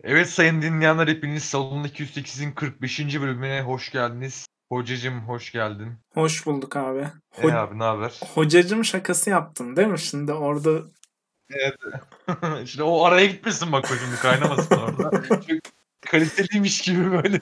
Evet sayın dinleyenler hepiniz Salon 208'in 45. bölümüne hoş geldiniz. Hocacım hoş geldin. Hoş bulduk abi. Abi ne haber? Hocacım şakası yaptın değil mi? Şimdi orada Evet. İşte o araya gitmesin bak o şimdi kaynamasın orada. Çok kaliteliymiş gibi böyle.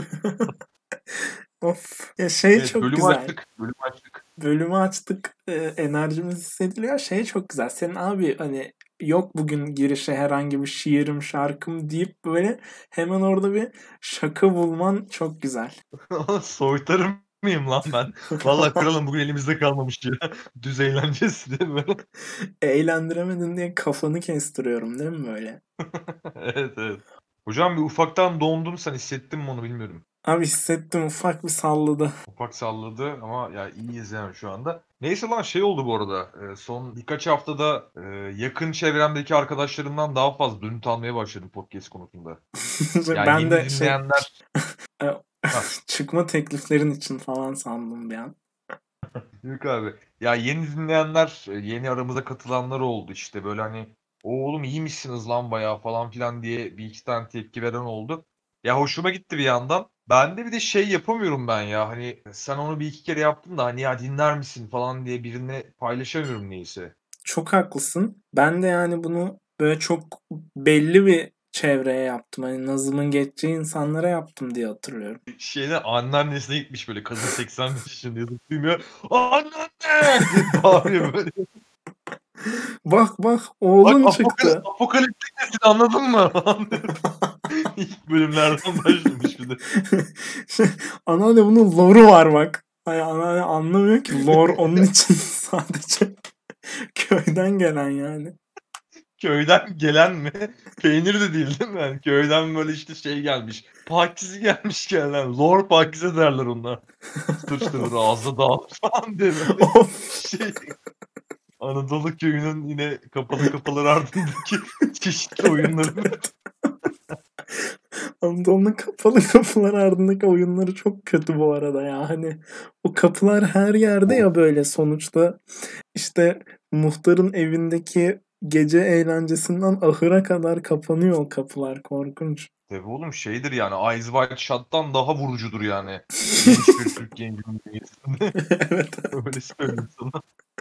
of. Ya Evet çok bölümü güzel. açtık. Bölümü açtık. Bölümü açtık. Enerjimiz hissediliyor. Çok güzel. Senin abi hani yok bugün girişe herhangi bir şiirim şarkım deyip böyle hemen orada bir şaka bulman çok güzel. Soytarım mıyım lan ben? Vallahi kralım bugün elimizde kalmamış ya. Düz eğlencesi de böyle. Eğlendiremedin diye kafanı kestiriyorum değil mi böyle? Evet evet. Hocam bir ufaktan dondun sen hissettin mi onu bilmiyorum. Abi hissettim, ufak bir salladı. Ufak salladı ama ya iyiyiz yani şu anda. Neyse lan şey oldu bu arada. Son birkaç haftada yakın çevremdeki arkadaşlarımdan daha fazla dönüt almaya başladım podcast konusunda. Ya Ben yeni de dinleyenler e, ha, çıkma tekliflerin için falan sandım bir an. yok abi. Ya yeni dinleyenler, yeni aramıza katılanlar oldu işte böyle hani oğlum iyiymişsiniz lan bayağı falan filan diye bir iki tane tepki veren oldu. Ya hoşuma gitti bir yandan. Ben de bir de şey yapamıyorum ben ya hani sen onu bir iki kere yaptın da hani ya dinler misin falan diye birine paylaşamıyorum neyse. Çok haklısın. Ben de yani bunu böyle çok belli bir çevreye yaptım. Hani Nazım'ın geçeceği insanlara yaptım diye hatırlıyorum. Şeyde anneannesine gitmiş böyle kadın 85 yaşında yazıp duymuyor. Anneanne diye bağırıyor böyle. Bak bak Bak oğlun çıktı. apokaliptik nesil anladın mı? İlk bölümlerden başlamış bir de. Şey, Anneanne bunun lore'u var bak. Hani anneanne anlamıyor ki lore onun için sadece köyden gelen yani. Köyden gelen mi? Peynir de değil mi? Yani köyden böyle işte şey gelmiş. Pakize gelmiş gelen. Lor Pakize derler onlar. Sırçta böyle ağzı dağılır falan diye böyle Of. şey. Anadolu köyünün yine kapalı kapılar ardındaki çeşitli oyunları. Anadolu'nun kapalı kapılar ardındaki oyunları çok kötü bu arada ya. Hani o kapılar her yerde ya böyle sonuçta. İşte muhtarın evindeki gece eğlencesinden ahıra kadar kapanıyor o kapılar. Korkunç. Tabii oğlum şeydir yani Eyes Wide Shut'tan daha vurucudur yani. Genç bir Türk gencinin bünyesinde. Evet. Öyle söyleyeyim sana.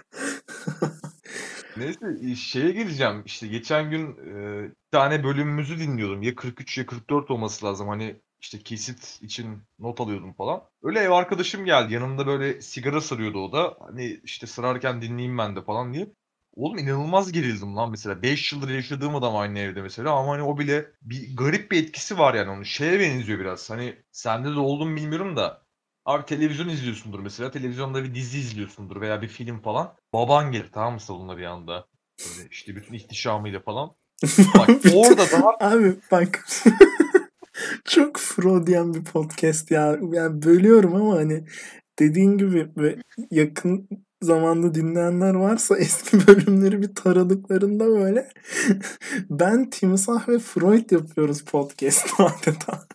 Neyse şeye geleceğim. İşte geçen gün bir tane bölümümüzü dinliyordum. Ya 43 ya 44 olması lazım. Hani işte kesit için not alıyordum falan. Öyle ev arkadaşım geldi. Yanımda böyle sigara sarıyordu o da. Hani işte sırarken dinleyeyim ben de falan diye. Oğlum inanılmaz gerildim lan mesela. 5 yıldır yaşadığım adam aynı evde mesela. Ama hani o bile bir garip bir etkisi var yani onun. Şeye benziyor biraz. Hani sende de oldu mu bilmiyorum da. Abi televizyon izliyorsundur mesela. Televizyonda bir dizi izliyorsundur veya bir film falan. Baban gelir tamam mı salonuna bir anda. Böyle işte bütün ihtişamıyla falan. Bak orada daha Abi bak çok Freudian bir podcast ya. Yani bölüyorum ama hani dediğin gibi ve yakın zamanda dinleyenler varsa eski bölümleri bir taradıklarında böyle ben Timsah ve Freud yapıyoruz podcast adeta.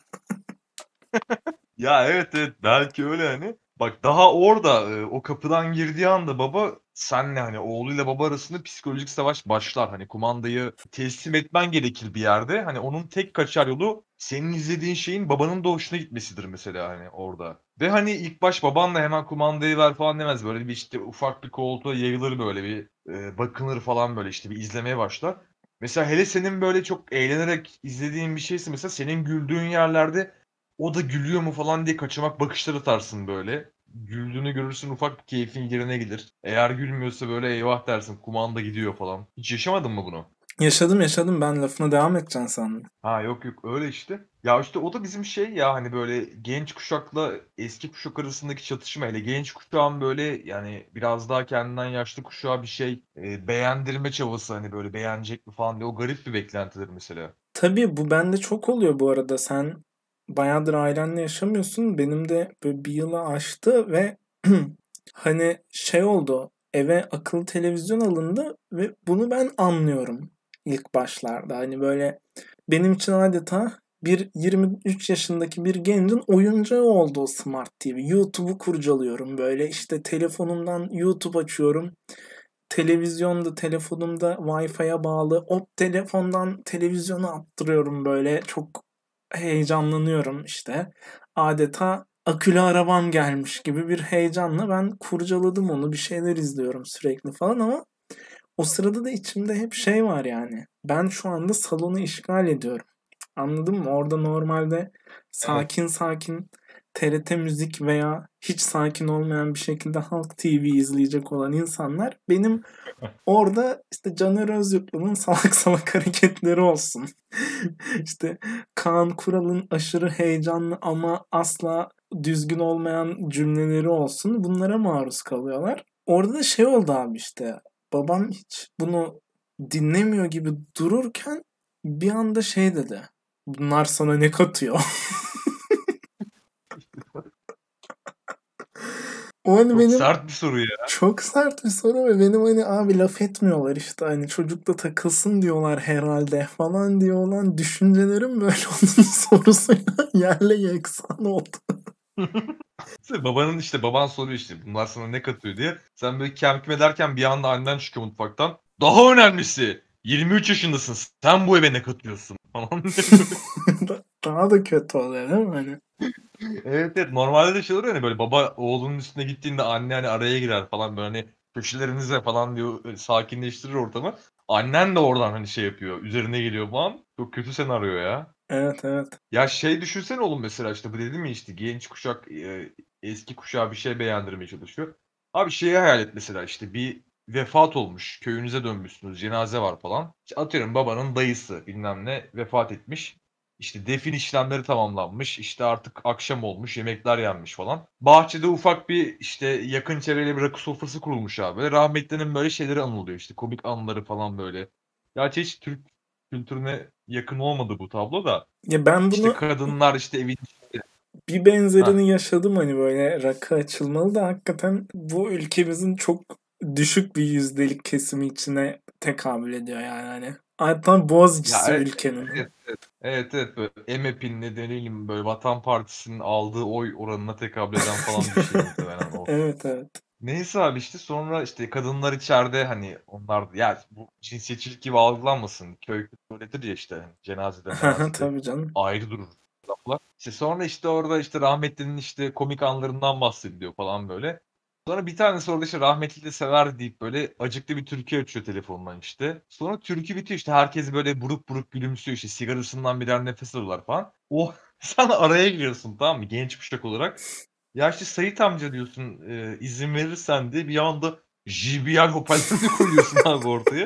ya evet evet belki öyle hani. Bak daha orada o kapıdan girdiği anda baba senle hani oğluyla baba arasında psikolojik savaş başlar. Hani kumandayı teslim etmen gerekir bir yerde. Hani onun tek kaçar yolu senin izlediğin şeyin babanın da hoşuna gitmesidir mesela hani orada. Ve hani ilk baş babanla hemen kumandayı ver falan demez. Böyle bir işte ufak bir koltuğa yayılır böyle bir bakınır falan böyle işte bir izlemeye başlar. Mesela hele senin böyle çok eğlenerek izlediğin bir şeyse mesela senin güldüğün yerlerde o da gülüyor mu falan diye kaçamak bakışlar atarsın böyle. Güldüğünü görürsün ufak bir keyfin yerine gelir. Eğer gülmüyorsa böyle eyvah dersin kumanda gidiyor falan. Hiç yaşamadın mı bunu? Yaşadım, ben lafına devam edeceksin sandım. Ha yok yok öyle işte. Ya işte o da bizim şey ya hani böyle genç kuşakla eski kuşak arasındaki çatışma hele genç kuşağın böyle yani biraz daha kendinden yaşlı kuşağa bir şey beğendirme çabası hani böyle beğenecek mi falan diye o garip bir beklentidir mesela. Tabii bu bende çok oluyor bu arada. Sen bayağıdır ailenle yaşamıyorsun. Benim de böyle bir yılı aştı ve hani oldu. Eve akıllı televizyon alındı ve bunu ben anlıyorum ilk başlarda. Hani böyle benim için adeta bir 23 yaşındaki bir gencin oyuncağı oldu o Smart TV. YouTube'u kurcalıyorum böyle işte telefonumdan YouTube açıyorum. televizyonda, telefonumda Wi-Fi'ye bağlı. O telefondan televizyona attırıyorum böyle. Çok heyecanlanıyorum işte. Adeta akülü arabam gelmiş gibi bir heyecanla ben kurcaladım onu. Bir şeyler izliyorum sürekli falan ama o sırada da içimde hep şey var yani. Ben şu anda salonu işgal ediyorum. Anladın mı? Orada normalde Evet. sakin sakin TRT Müzik veya hiç sakin olmayan bir şekilde Halk TV izleyecek olan insanlar benim orada işte Caner Özyurtlu'nun salak salak hareketleri olsun. İşte Kaan Kural'ın aşırı heyecanlı ama asla düzgün olmayan cümleleri olsun. Bunlara maruz kalıyorlar. Orada da şey oldu abi işte. Babam hiç bunu dinlemiyor gibi dururken bir anda şey dedi. Bunlar sana ne katıyor? O hani Çok benim sert bir soru ya. çok sert bir soru ve benim hani abi laf etmiyorlar işte hani çocukla takılsın diyorlar herhalde falan diyor olan düşüncelerim böyle onun sorusuyla yerle yeksan oldu. Babanın işte baban soruyor işte bunlar sana ne katıyor diye. Sen böyle kem küm ederken bir anda annen çıkıyor mutfaktan. Daha önemlisi 23 yaşındasın. Sen bu eve ne katıyorsun falan diye böyle. Daha da kötü oluyor değil mi hani? Evet evet normalde de şey olur ya hani böyle baba oğlunun üstüne gittiğinde anne hani araya girer falan böyle hani köşelerinize falan diyor sakinleştirir ortamı. Annen de oradan hani şey yapıyor üzerine geliyor falan. Çok kötü senaryo ya. Evet evet. Ya şey düşünsene oğlum mesela işte bu dedim ya işte genç kuşak eski kuşağa bir şey beğendirmeye çalışıyor. Abi şeyi hayal et mesela işte bir vefat olmuş köyünüze dönmüşsünüz cenaze var falan. İşte atıyorum babanın dayısı bilmem ne vefat etmiş. İşte defin işlemleri tamamlanmış. İşte artık akşam olmuş yemekler yenmiş falan. Bahçede ufak bir işte yakın çevreyle bir rakı sofrası kurulmuş abi. Böyle rahmetlinin böyle şeyleri anılıyor işte komik anıları falan böyle. Gerçi hiç Türk kültürüne yakın olmadı bu tablo da. Ya ben İşte bunu kadınlar işte evin içinde. bir Hah. benzerini yaşadım hani böyle rakı açılmalı da hakikaten bu ülkemizin çok düşük bir yüzdelik kesimi içine tekabül ediyor yani hani. Hatta Ya Boğaziçi'si ülkenin. evet, evet. Evet evet böyle EMEP'in nedeniyle böyle Vatan Partisi'nin aldığı oy oranına tekabül eden falan bir şey muhtemelen o. Evet evet. Neyse abi işte sonra işte kadınlar içeride hani onlar ya bu cinsiyetçilik gibi algılanmasın. Köy kültürü öyledir ya işte hani cenazede menazede Tabii canım. ayrı durur laflar. İşte sonra işte orada işte rahmetlinin işte komik anlarından bahsediliyor falan böyle. Sonra bir tanesi orada işte rahmetli de sever deyip böyle acıklı bir türkü açıyor telefondan işte. Sonra türkü bitiyor işte herkes böyle buruk buruk gülümsüyor işte sigarasından birer nefes alıyorlar falan. Oh sen araya giriyorsun tamam mı genç kuşak olarak. Ya işte Sait amca diyorsun izin verirsen de bir anda JBL hoparlörünü koyuyorsun abi ortaya.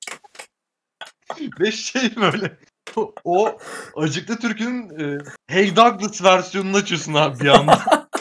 Ve şey böyle o acıklı türkünün Hey Douglas versiyonunu açıyorsun abi bir anda.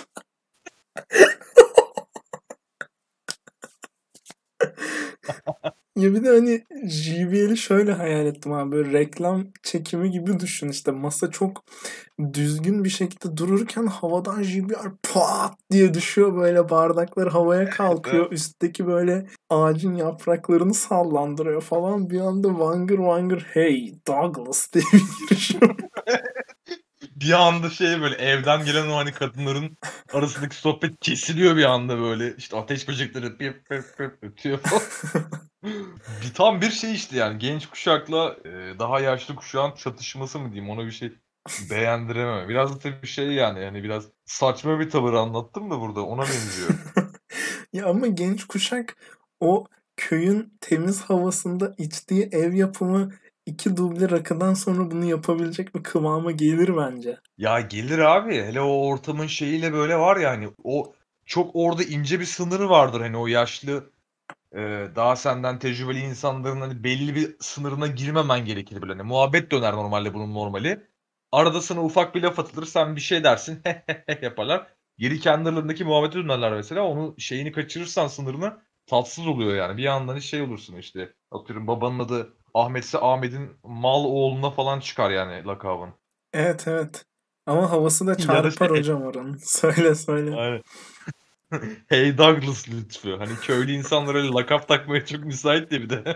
Ya bir de hani JBL'i şöyle hayal ettim abi. Böyle reklam çekimi gibi düşün işte. Masa çok düzgün bir şekilde dururken havadan JBL pat diye düşüyor böyle bardaklar havaya kalkıyor. Üstteki böyle ağacın yapraklarını sallandırıyor falan. Bir anda vangır vangır hey Douglas diye bir giriş. Bir anda şey böyle evden gelen o hani kadınların arasındaki sohbet kesiliyor bir anda böyle. İşte ateş böcekleri pip pip pip ötüyor falan. Tam bir şey işte yani genç kuşakla daha yaşlı kuşağın çatışması mı diyeyim ona bir şey beğendiremem. Biraz da tabii şey yani biraz saçma bir tavır anlattım da burada ona benziyor. Ya ama genç kuşak o köyün temiz havasında içtiği ev yapımı iki duble rakıdan sonra bunu yapabilecek bir kıvama gelir bence. Ya gelir abi hele o ortamın şeyiyle böyle var ya hani o çok orada ince bir sınırı vardır hani o yaşlı daha senden tecrübeli insanların hani belli bir sınırına girmemen gerekir böyle. Hani muhabbet döner normalde bunun normali. Arada sana ufak bir laf atılır, sen bir şey dersin, yaparlar. Geri kendi aralarındaki muhabbete dönerler mesela. Onun şeyini kaçırırsan sınırını tatsız oluyor yani. Bir yandan şey olursun işte. Atıyorum babanın adı Ahmetse Ahmet'in mal oğluna falan çıkar yani lakabın. Evet evet. Ama havası da Ya da çarpar şey hocam oranın. Söyle söyle. aynen. Hey Douglas lütfü. Hani köylü insanlar öyle lakap takmaya çok müsait diye bir de.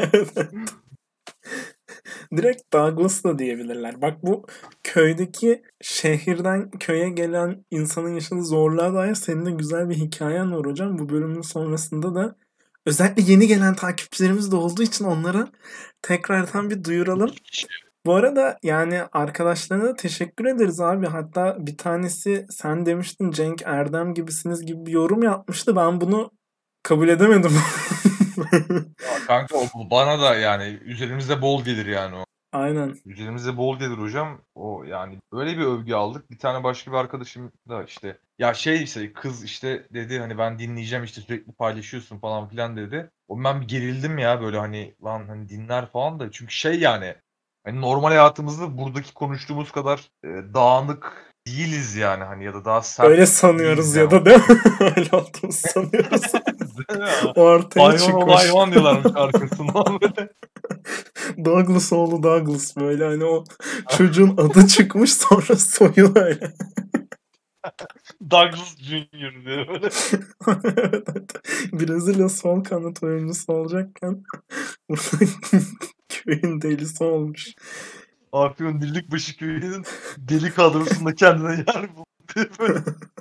Direkt Douglas da diyebilirler. Bak bu köydeki şehirden köye gelen insanın yaşadığı zorluğa dair senin de güzel bir hikayen var hocam. Bu bölümün sonrasında da Özellikle yeni gelen takipçilerimiz de olduğu için onlara tekrardan bir duyuralım. Bu arada yani arkadaşlarına da teşekkür ederiz abi. Hatta bir tanesi sen demiştin Cenk Erdem gibisiniz gibi bir yorum yapmıştı. Ben bunu kabul edemedim. Ya kanka o bana da yani üzerimizde bol gelir yani o. Aynen. Üzerimizde bol gelir hocam. O yani böyle bir övgü aldık. Bir tane başka bir arkadaşım da işte ya şey işte kız işte dedi hani ben dinleyeceğim işte sürekli paylaşıyorsun falan filan dedi. O ben bir gerildim ya böyle hani lan hani dinler falan da çünkü şey yani hani normal hayatımızda buradaki konuştuğumuz kadar dağınık değiliz yani hani ya da daha sert Öyle değiliz sanıyoruz ya yani. da değil mi? Öyle olduğumuzu sanıyoruz. Değil mi ya? O ortaya Hayvan ol çıkmış. hayvan diyorlarmış arkasından böyle. Douglas oğlu Douglas böyle hani o çocuğun adı çıkmış sonra soyu öyle. Douglas Junior diye böyle. Evet, evet. Brezilya sol kanat oyuncusu olacakken burada köyün delisi olmuş. Afyon Dillikbaşı köyünün deli kadrosunda kendine yer buldu. Böyle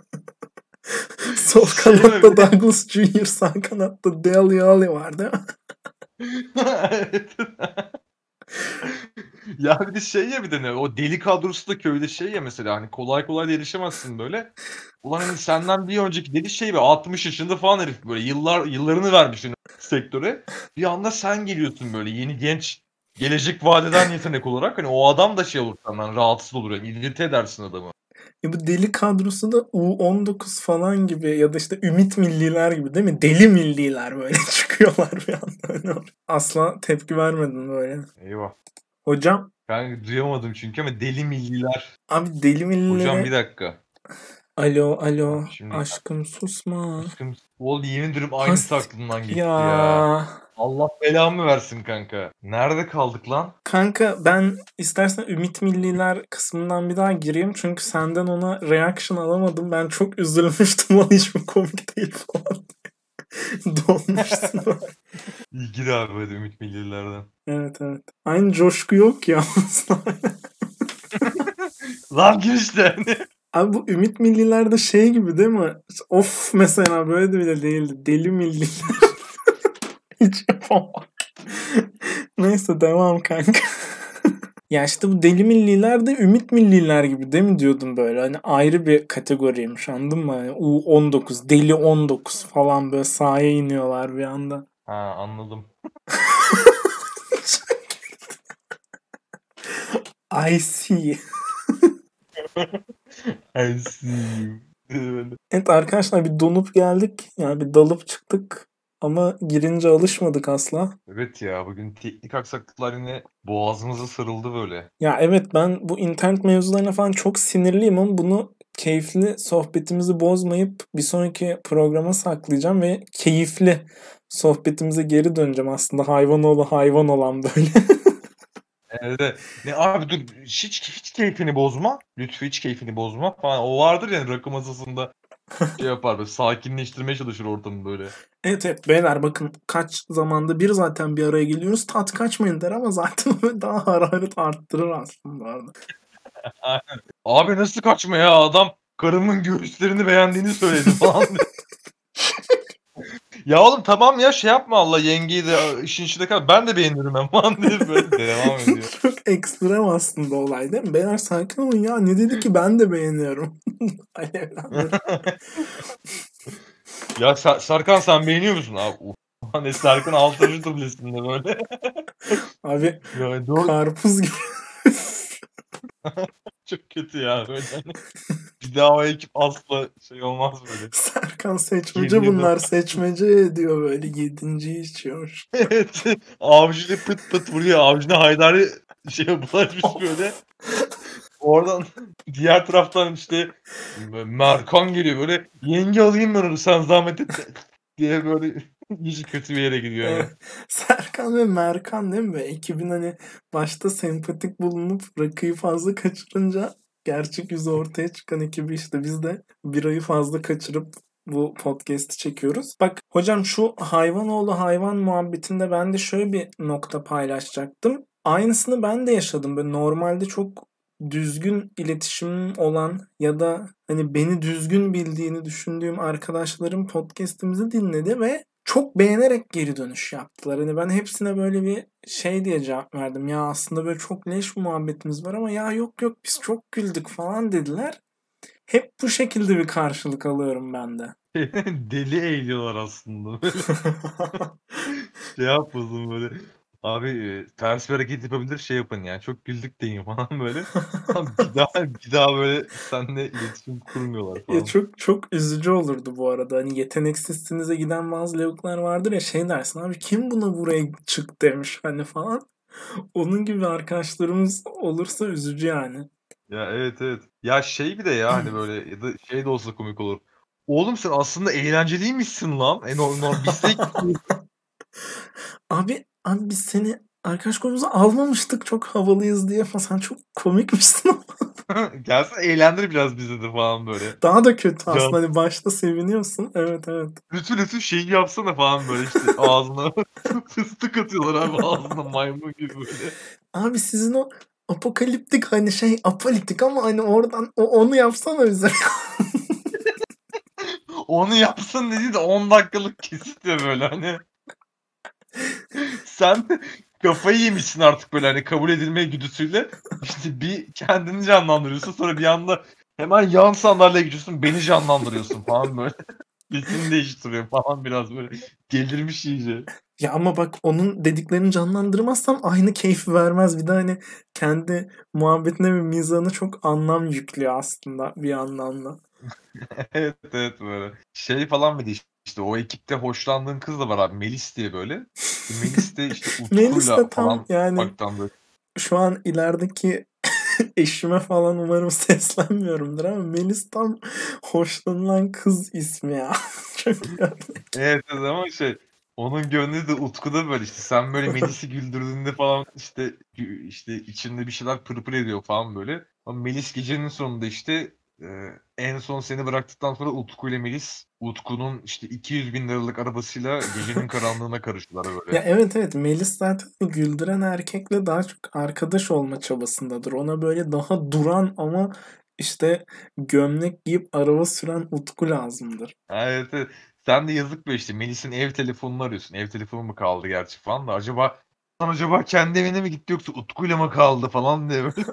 Sol şey mi? kanatta Douglas Junior, sağ kanatta Dele Alli var değil mi? Evet. Ya bir de şey ya bir de ne o deli kadrosu da köyde şey ya mesela hani kolay kolay da erişemezsin böyle. Ulan hani senden bir önceki deli şey be 60 yaşında falan herif böyle yıllarını vermiş sektöre. Bir anda sen geliyorsun böyle yeni genç gelecek vadeden yetenek olarak hani o adam da şey olur senden rahatsız olur yani irrite edersin adamı. Ya bu deli kadrosu da U19 falan gibi ya da işte Ümit Milliler gibi değil mi? Deli milliler böyle çıkıyorlar bir anda. Hani asla tepki vermedin böyle. Eyvah. Hocam, Ben duyamadım çünkü ama deli milliler. abi deli Hocam millilere bir dakika. alo Hah, alo şimdi aşkım susma. aşkım oğlum yemin ederim aynısı Hast aklımdan ya. geçti ya. Allah belamı versin kanka. Nerede kaldık lan? Kanka ben istersen Ümit Milliler kısmından bir daha gireyim. Çünkü senden ona reaction alamadım. Ben çok üzülmüştüm. Lan hiçbir komik değil falan. Donmuşsun. İyi gir abi hadi Ümit Millilerden. Evet, evet. Aynı coşku yok ya. Lan gir işte. Abi bu Ümit Milliler de şey gibi değil mi? Of mesela böyle de bile değildi. Deli Milliler. Hiç yapamam. Neyse devam kanka. Ya işte bu deli milliler de ümit milliler gibi değil mi diyordum böyle. Hani ayrı bir kategoriymiş anladın mı? Hani U19, deli 19 falan böyle sahaya iniyorlar bir anda. Ha anladım. I see. I see you. Böyle. Evet arkadaşlar bir donup geldik. Yani bir dalıp çıktık. Ama girince alışmadık asla. Evet ya bugün teknik aksaklıklar yine boğazımıza sarıldı böyle. Ya evet ben bu internet mevzularına falan çok sinirliyim ama bunu keyifli sohbetimizi bozmayıp bir sonraki programa saklayacağım ve keyifli sohbetimize geri döneceğim aslında hayvanoğlu hayvan olan böyle. Evet. Ne abi dur hiç keyfini bozma. Lütfü hiç keyfini bozma falan. O vardır yani rakı masasında şey yapar böyle sakinleştirmeye çalışır ortamı böyle. Evet, evet beyler bakın kaç zamanda bir zaten bir araya geliyoruz. Tat kaçmayın der ama zaten daha hararet arttırır aslında orada. Abi nasıl kaçma ya adam karımın göğüslerini beğendiğini söyledi falan. Ya oğlum tamam ya şey yapma Allah yengeyi de işin içinde kal. Ben de beğenirim ben falan diye böyle devam ediyor. Çok ekstrem aslında olay değil mi? Beyler sakin olun ya. Ne dedi ki ben de beğeniyorum. Alevlendir. Ya Serkan sen beğeniyor musun abi? Hani Serkan 6. dublesinde böyle. Abi Yani karpuz gibi. çok kötü ya böyle. Hani bir daha o ekip asla şey olmaz böyle. Serkan seçmece Geriye doğru. bunlar. Seçmece diyor böyle. Yedinciyi içiyormuş. Evet. Avcıyla pıt pıt vuruyor. Avcına Haydari şey bulaşmış böyle. Oradan diğer taraftan işte Merkan geliyor böyle. Yenge alayım ben onu sen zahmet etme diye böyle iyice kötü bir yere gidiyor yani. Serkan ve Merkan değil mi? Ekibin hani başta sempatik bulunup rakıyı fazla kaçırınca gerçek yüzü ortaya çıkan ekibi işte biz de birayı fazla kaçırıp bu podcast'i çekiyoruz. Bak hocam şu hayvanoğlu hayvan muhabbetinde ben de şöyle bir nokta paylaşacaktım. Aynısını ben de yaşadım. Böyle normalde çok düzgün iletişimim olan ya da hani beni düzgün bildiğini düşündüğüm arkadaşlarım podcast'imizi dinledi ve çok beğenerek geri dönüş yaptılar. Hani ben hepsine böyle bir şey diye cevap verdim. Ya aslında böyle çok leş muhabbetimiz var ama ya yok yok biz çok güldük falan dediler. Hep bu şekilde bir karşılık alıyorum ben de. Deli eğiliyorlar aslında. Böyle şey yapmasın böyle. Abi ters bir hareket yapabilir şey yapın yani. Çok güldük deyin falan böyle. Ama bir daha böyle seninle iletişim kurmuyorlar Ya falan. çok çok üzücü olurdu bu arada. Hani yeteneksizsinize giden bazı lavuklar vardır ya şey dersin abi kim buna buraya çık demiş hani falan. Onun gibi arkadaşlarımız olursa üzücü yani. Ya evet evet. Ya şey bir de ya hani böyle ya da şey de olsa komik olur. Oğlum sen aslında eğlenceliymişsin lan. Normal biz de Abi biz seni arkadaş grubumuza almamıştık çok havalıyız diye falan. Sen çok komikmişsin ama. gelsen eğlendir biraz bizi de falan böyle. Daha da kötü Can aslında. Hani başta seviniyorsun. Evet evet. lütfen lütfen şey yapsana falan böyle işte ağzına fıstık atıyorlar abi ağzına maymun gibi böyle. Abi sizin o apokaliptik hani şey apolitik ama hani oradan onu yapsana bize. Onu yapsın dedi de 10 dakikalık kesit ya böyle hani. Sen kafayı yemişsin artık böyle hani kabul edilme güdüsüyle. İşte bir kendini canlandırıyorsun sonra bir anda hemen yan sandalyeye gidiyorsun beni canlandırıyorsun falan böyle. Sesini değiştiriyor falan biraz böyle. Delirmiş iyice. Ya ama bak onun dediklerini canlandırmazsam aynı keyfi vermez. Bir de hani kendi muhabbetine ve mizahına çok anlam yüklüyor aslında bir yandan da. Evet evet böyle. Şey falan mıydı işte o ekipte hoşlandığın kız da var abi Melis diye böyle. Melis de işte Melis de Utku'yla tam falan yani ufaktan böyle. şu an ilerideki eşime falan umarım seslenmiyorumdur ama Melis tam hoşlanılan kız ismi ya. Çok iyi. Evet evet ama şey onun gönlü de Utku'da böyle işte sen böyle Melis'i güldürdüğünde falan işte içinde bir şeyler pırpır ediyor falan böyle. Ama Melis gecenin sonunda işte e, en son seni bıraktıktan sonra Utku ile Melis Utku'nun işte 200 bin liralık arabasıyla gecenin karanlığına karıştılar Ya böyle. evet evet Melis zaten güldüren erkekle daha çok arkadaş olma çabasındadır. Ona böyle daha duran ama işte gömlek giyip araba süren Utku lazımdır. Ha, evet, evet. Sen de yazık be işte Melis'in ev telefonunu arıyorsun. Ev telefonu mu kaldı gerçi falan da acaba kendi evine mi gitti yoksa Utku'yla mı kaldı falan diye böyle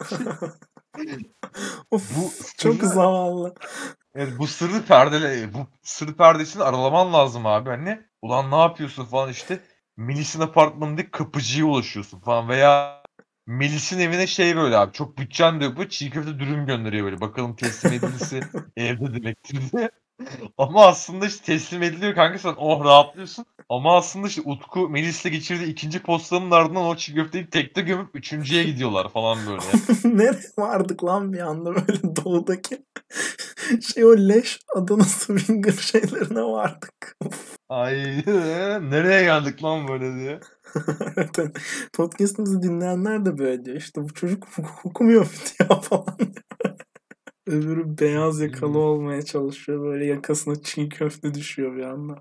bu Of çok sırrı zavallı. evet, bu sırrı perdesini aralaman lazım abi hani. Ulan ne yapıyorsun falan işte. Melis'in apartmanındaki kapıcıya ulaşıyorsun falan veya Melis'in evine şey böyle abi çok bütçen de yok bu çiğ köfte dürüm gönderiyor böyle. Bakalım teslim edilirse evde demektir diye. Ama aslında işte teslim ediliyor kanka sen oh rahatlıyorsun. Ama aslında işte Utku Melis'le geçirdiği ikinci postanın ardından o çiğ köfteyi tekte gömüp üçüncüye gidiyorlar falan böyle. Nereye vardık lan bir anda böyle doğudaki şey o leş Adana Swinger şeylerine vardık. Ay nereye geldik lan böyle diye. Evet, evet. Podcast'ımızı dinleyenler de böyle diyor. İşte bu çocuk hukuk okumuyor mu ya falan. Öbürü beyaz yakalı olmaya çalışıyor. Böyle yakasına çiğ köfte düşüyor bir anda.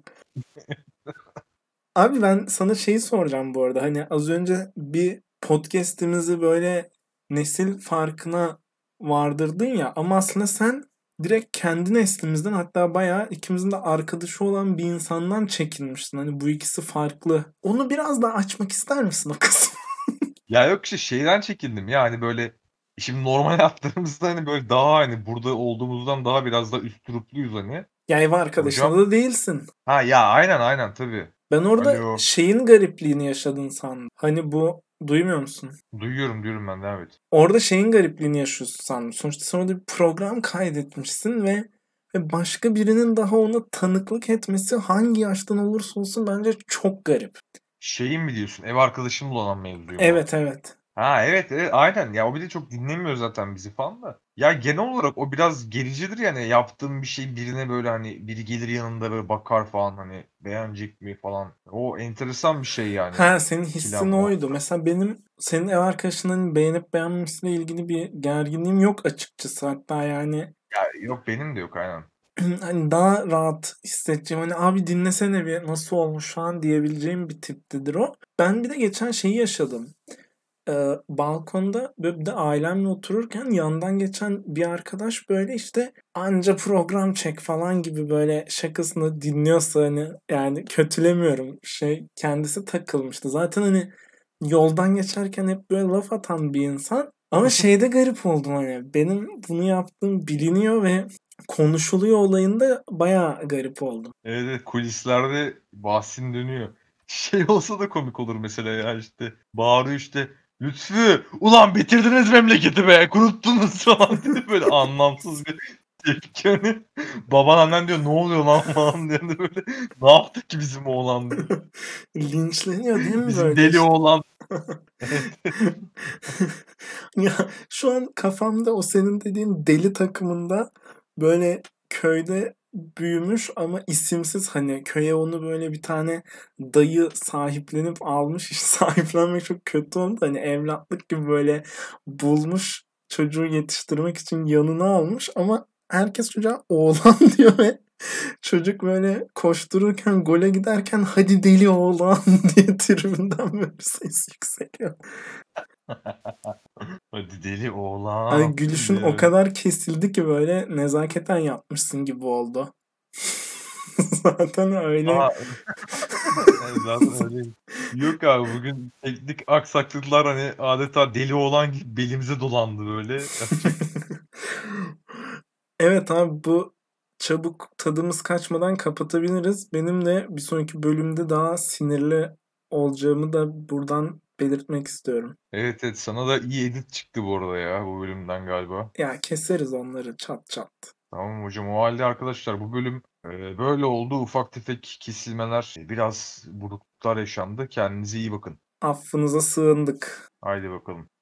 Abi ben sana şeyi soracağım bu arada. Hani az önce bir podcast'imizi böyle nesil farkına vardırdın ya. Ama aslında sen direkt kendi neslimizden hatta bayağı ikimizin de arkadaşı olan bir insandan çekinmiştin. Hani bu ikisi farklı. Onu biraz daha açmak ister misin o kısmı? Ya yok işte şeyden çekindim ya hani böyle şimdi normal yaptığımızda hani böyle daha hani burada olduğumuzdan daha biraz daha üsturupluyduk hani. Ya ev arkadaşına Hocam da değilsin. ha ya aynen aynen tabii. Ben orada Alo. şeyin garipliğini yaşadın sandım. Hani bu duymuyor musun? Duyuyorum ben devam et. Orada şeyin garipliğini yaşıyorsun sandım. Sonuçta sen orada bir program kaydetmişsin ve başka birinin daha ona tanıklık etmesi hangi yaştan olursa olsun bence çok garip. Şeyin mi diyorsun ev arkadaşımla olan mevzuyu mu? Evet evet. Ha evet evet aynen ya o bir de çok dinlemiyor zaten bizi falan da. Ya genel olarak o biraz gericidir yani yaptığım bir şey birine böyle hani biri gelir yanında böyle bakar falan hani beğenecek mi falan. O enteresan bir şey yani. Ha senin hissin İkilem o. oydu. Mesela benim senin ev arkadaşının beğenip beğenmemesiyle ilgili bir gerginliğim yok açıkçası. Hatta yani Ya yok benim de yok aynen. hani daha rahat hissedeceğim. Hani abi dinlesene bir nasıl olmuş falan diyebileceğim bir tiptedir o. Ben bir de geçen şeyi yaşadım. balkonda böyle bir de ailemle otururken yandan geçen bir arkadaş böyle işte anca program çek falan gibi böyle şakasını dinliyorsa hani yani kötülemiyorum. Kendisi takılmıştı. Zaten hani yoldan geçerken hep böyle laf atan bir insan. Ama şeyde garip oldum hani benim bunu yaptığım biliniyor ve konuşuluyor olayında bayağı garip oldum. Evet, evet, kulislerde bahsin dönüyor. Şey olsa da komik olur mesela ya işte. Bağırıyor işte. Lütfü ulan bitirdiniz memleketi be kuruttunuz falan diye böyle anlamsız bir tepki hani. Baban annen diyor ne oluyor lan falan diye hani böyle ne yaptık ki bizim oğlan diyor. Linçleniyor değil mi Bizim böyle deli işte? oğlan. Evet. Ya şu an kafamda o senin dediğin deli takımında böyle köyde büyümüş ama isimsiz hani köye onu böyle bir tane dayı sahiplenip almış. İşte sahiplenmek çok kötü oldu. Hani evlatlık gibi böyle bulmuş çocuğu yetiştirmek için yanına almış ama herkes çocuğa oğlan diyor ve çocuk böyle koştururken gole giderken hadi deli oğlan diye tribünden böyle ses yükseliyor. Hadi deli Hani oğlan gülüşün diye o böyle. kadar kesildi ki böyle nezaketen yapmışsın gibi oldu. Zaten öyle. Aa, yani zaten öyle. Yok abi bugün teknik aksaklıklar hani adeta deli oğlan gibi belimize dolandı böyle. Yapacak. Evet abi bu çabuk tadımız kaçmadan kapatabiliriz. Benim de bir sonraki bölümde daha sinirli olacağımı da buradan belirtmek istiyorum. Evet, evet, sana da iyi edit çıktı bu arada ya bu bölümden galiba. Ya keseriz onları çat çat. Tamam hocam o halde arkadaşlar bu bölüm böyle oldu. Ufak tefek kesilmeler biraz burukluklar yaşandı. Kendinize iyi bakın. Affınıza sığındık. Haydi bakalım.